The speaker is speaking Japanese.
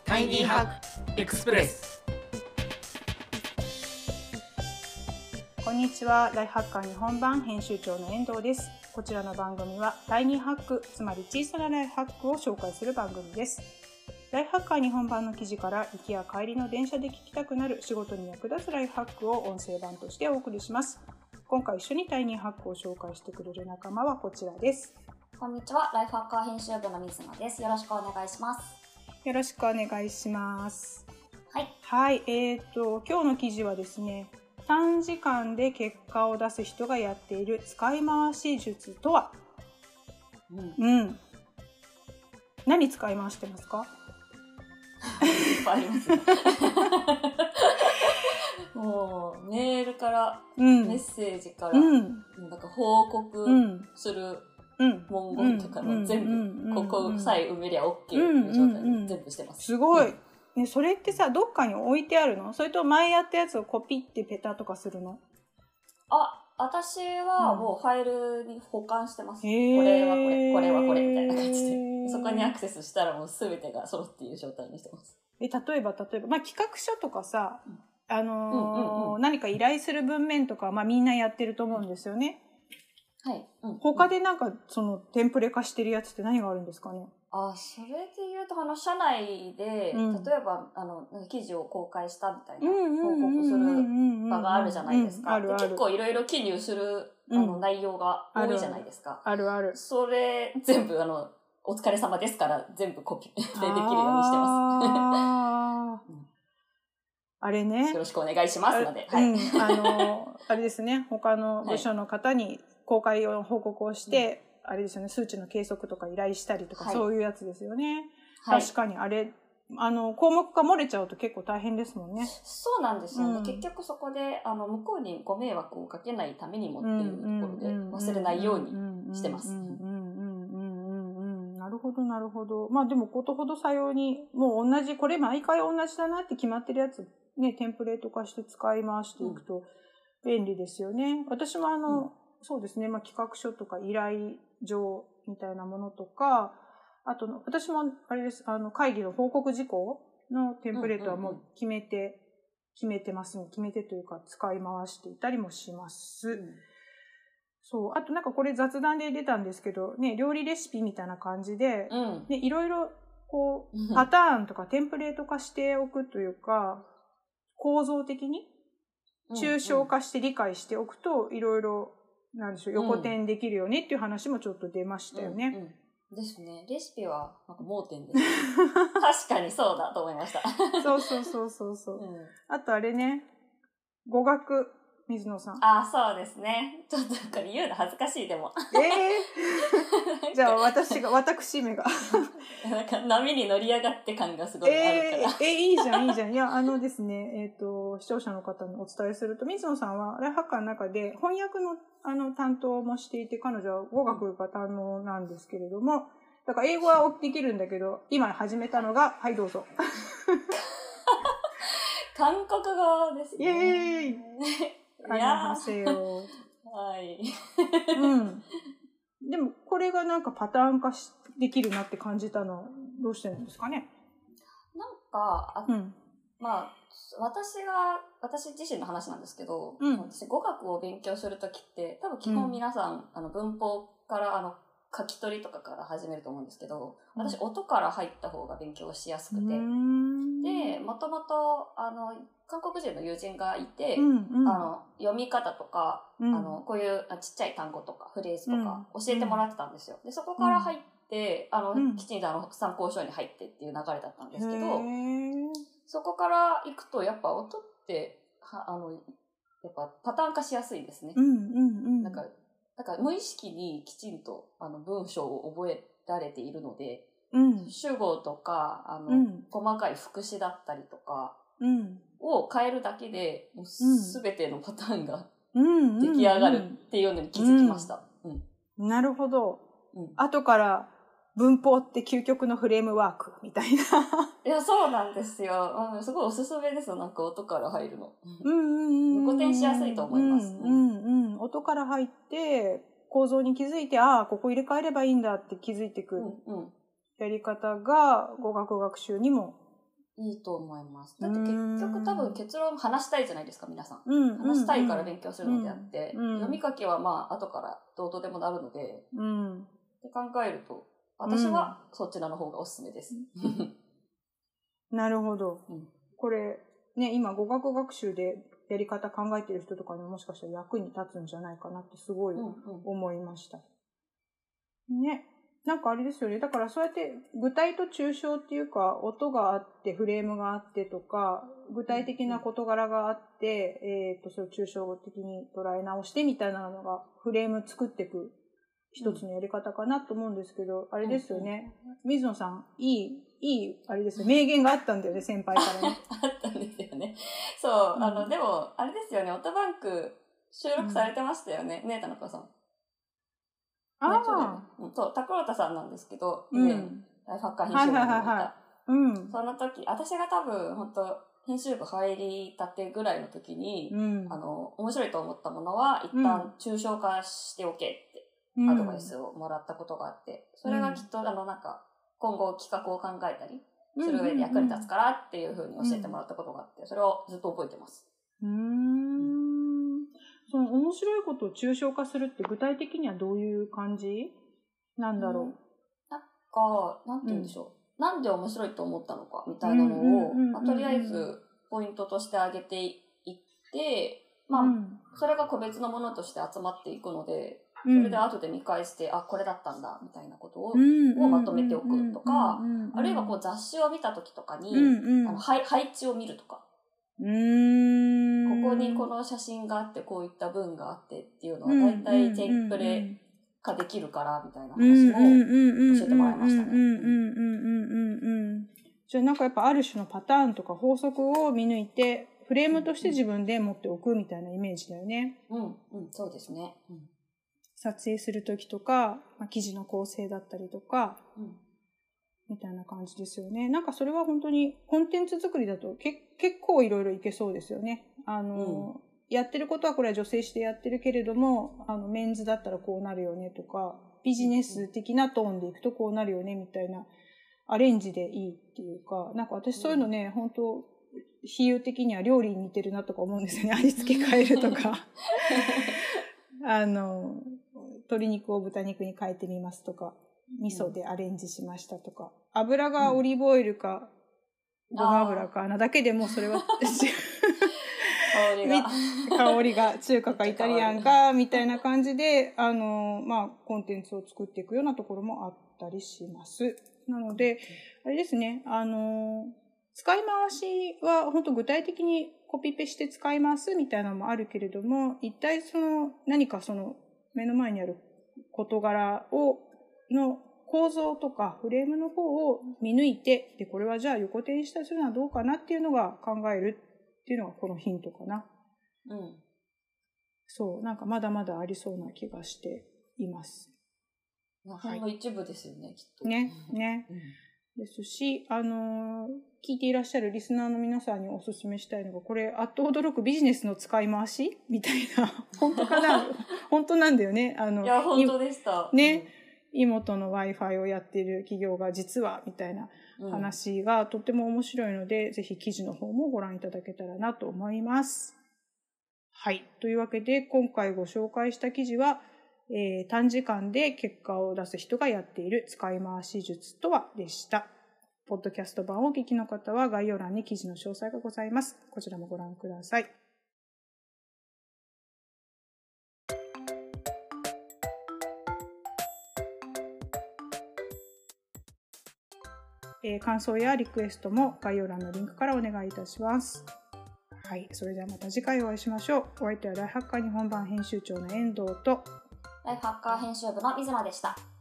タイニーハックエクスプレス。 こんにちは。ライフハッカー日本版編集長の遠藤です。こちらの番組はタイニーハック、つまり小さなライフハックを紹介する番組です。ライフハッカー日本版の記事から行きや帰りの電車で聞きたくなる仕事に役立つライフハックを音声版としてお送りします。今回一緒にタイニーハックを紹介してくれる仲間はこちらです。 こんにちは。ライフハッカー編集部の水野です。よろしくお願いします。 よろしくお願いします。 はい。 はい。今日の記事はですね、短時間で結果を出す人がやっている使い回し術とは、何使い回してますか？ いっぱいありますね。もうメールから、メッセージから、なんか報告する文言とかの全部、ここさえ埋めりゃ OK という状態で全部してます。 すごい。ね、それってさ、どっかに置いてあるの？それと前やったやつをコピってペタとかするの？ 私はもうファイルに保管してます。これはこれ、これはこれみたいな感じで。そこにアクセスしたらもう全てが揃っている状態にしてます。 例えば、企画書とかさ、何か依頼する文面とか、みんなやってると思うんですよね。 はい。 他でなんか、その、テンプレ化してるやつって何があるんですかね？ それで言うと、社内で、例えば、記事を公開したみたいな報告する場があるじゃないですか。結構いろいろ記入する、内容が多いじゃないですか。 あるある。 それ、全部、お疲れ様ですから、全部コピペできるようにしてます。 あれね。 よろしくお願いしますので。はい。 あれですね。他の部署の方に公開を報告をして、あれですよね。数値の計測とか依頼したりとか、そういうやつですよね。確かにあれ、項目が漏れちゃうと結構大変ですもんね。 そうなんですよね。結局そこで、向こうにご迷惑をかけないためにもっていうところで忘れないようにしてます。 なるほど、なるほど。でもことほどさように、もう同じ、これ毎回同じだなって決まってるやつ、ね、テンプレート化して使い回していくと便利ですよね。私もそうですね、企画書とか依頼状みたいなものとか、あと、私もあれです、会議の報告事項のテンプレートはもう決めてますね。決めてというか使い回していたりもします。そう。あとなんかこれ雑談で出たんですけど、ね、料理レシピみたいな感じで、ね、いろいろこう、パターンとかテンプレート化しておくというか、構造的に抽象化して理解しておくと、いろいろ、なんでしょう、横転できるよねっていう話もちょっと出ましたよね。 ですね。レシピは、なんか盲点です。確かにそうだと思いました。 そう。あとあれね、語学、水野さん。 そうですね。ちょっとこれ言うの恥ずかしいでも。 じゃあ私めが。 なんか波に乗り上がって感がすごいあるから。 いいじゃん。いや、ですね、視聴者の方にお伝えすると、水野さんはライフハッカーの中で翻訳の担当もしていて、彼女は語学が堪能なんですけれども、だから英語はできるんだけど、今始めたのが、はい、どうぞ。 韓国語ですね。 イエーイありがとう。 はい。 でも、これがなんかパターン化できるなって感じたのは、どうしてるんですかね？ なんか、私自身の話なんですけど、私語学を勉強するときって、多分基本皆さん、文法から書き取りとかから始めると思うんですけど、私音から入った方が勉強しやすくて、で、もともと、韓国人の友人がいて、読み方とか、こういうちっちゃい単語とかフレーズとか教えてもらってたんですよ。で、そこから入って、きちんと参考書に入ってっていう流れだったんですけど、そこから行くと、やっぱ音って、やっぱパターン化しやすいですね。だから無意識にきちんと文章を覚えられているので、主語とか、細かい副詞だったりとかを変えるだけで、すべてのパターンが出来上がるっていうのに気づきました。 なるほど。後から文法って究極のフレームワークみたいな。 いや、そうなんですよ。すごいおすすめですよ。なんか音から入るの。横転しやすいと思います。 音から入って、構造に気づいて、ここ入れ替えればいいんだって気づいていくやり方が語学学習にもいいと思います。だって結局多分結論話したいじゃないですか、皆さん。話したいから勉強するのであって、読み書きはまあ後からどうとでもなるので、って考えると、私はそちらの方がおすすめです。 なるほど。これ、ね、今語学学習でやり方考えてる人とかにもしかしたら役に立つんじゃないかなってすごい思いました。ね。なんかあれですよね。だからそうやって具体と抽象っていうか、音があってフレームがあってとか、具体的な事柄があって、それを抽象的に捉え直してみたいなのがフレーム作っていく一つのやり方かなと思うんですけど、あれですよね。水野さん、いい、あれですよ。名言があったんだよね、先輩からね。 あったんですよね。そう、でも、あれですよね、オタバンク収録されてましたよね、ねえ、田中さん。 ああ。 そう、拓郎さんなんですけど、ライフハッカー編集部にいた。その時、私が多分、本当編集部入りたてぐらいの時に、面白いと思ったものは、一旦抽象化しておけってアドバイスをもらったことがあって、それがきっと、なんか、今後企画を考えたりする上で役に立つからっていう風に教えてもらったことがあって、それをずっと覚えてます。 その面白いことを抽象化するって具体的にはどういう感じなんだろう。 なんか、なんて言うんでしょう。なんで面白いと思ったのかみたいなのを、とりあえずポイントとして挙げていって、まあ、それが個別のものとして集まっていくので、それで後で見返して、あ、これだったんだみたいなことをまとめておくとか、あるいはこう雑誌を見た時とかに、配置を見るとか。ここにこの写真があってこういった文があってっていうのはだいたいテンプレ化できるからみたいな話も教えてもらいましたね。 じゃあなんかやっぱある種のパターンとか法則を見抜いてフレームとして自分で持っておくみたいなイメージだよね。 そうですね。 撮影するときとか、記事の構成だったりとか、みたいな感じですよね。なんかそれは本当にコンテンツ作りだと結構いろいろいけそうですよね。やってることはこれは女性誌でやってるけれども、メンズだったらこうなるよねとか、ビジネス的なトーンでいくとこうなるよねみたいなアレンジでいいっていうか、なんか私そういうのね、本当比喩的には料理に似てるなとか思うんですよね。味付け変えるとか。鶏肉を豚肉に変えてみますとか。味噌でアレンジしましたとか、油がオリーブオイルか、ごま油かなだけでもそれは香りが中華かイタリアンかみたいな感じでコンテンツを作っていくようなところもあったりします。なのであれですね、使い回しは本当具体的にコピペして使いますみたいなのもあるけれども、一体何か目の前にある事柄の構造とかフレームの方を見抜いて、で、これはじゃあ横転したりするのはどうかなっていうのが考えるっていうのがこのヒントかな。そう、なんかまだまだありそうな気がしています。 その一部ですよね、きっと。 ね。ですし、聞いていらっしゃるリスナーの皆さんにお勧めしたいのが、これ、あっと驚くビジネスの使い回しみたいな、本当かな本当なんだよね。 いや、本当でした。 ね。妹の Wi-Fi をやっている企業が実はみたいな話がとっても面白いので、ぜひ記事の方もご覧いただけたらなと思います。はい。というわけで今回ご紹介した記事は、短時間で結果を出す人がやっている使い回し術とはでした。ポッドキャスト版をお聞きの方は概要欄に記事の詳細がございます。こちらもご覧ください。感想やリクエストも概要欄のリンクからお願いいたします。はい、それではまた次回お会いしましょう。お相手はライフハッカー日本版編集長の遠藤とライフハッカー編集部の水野でした。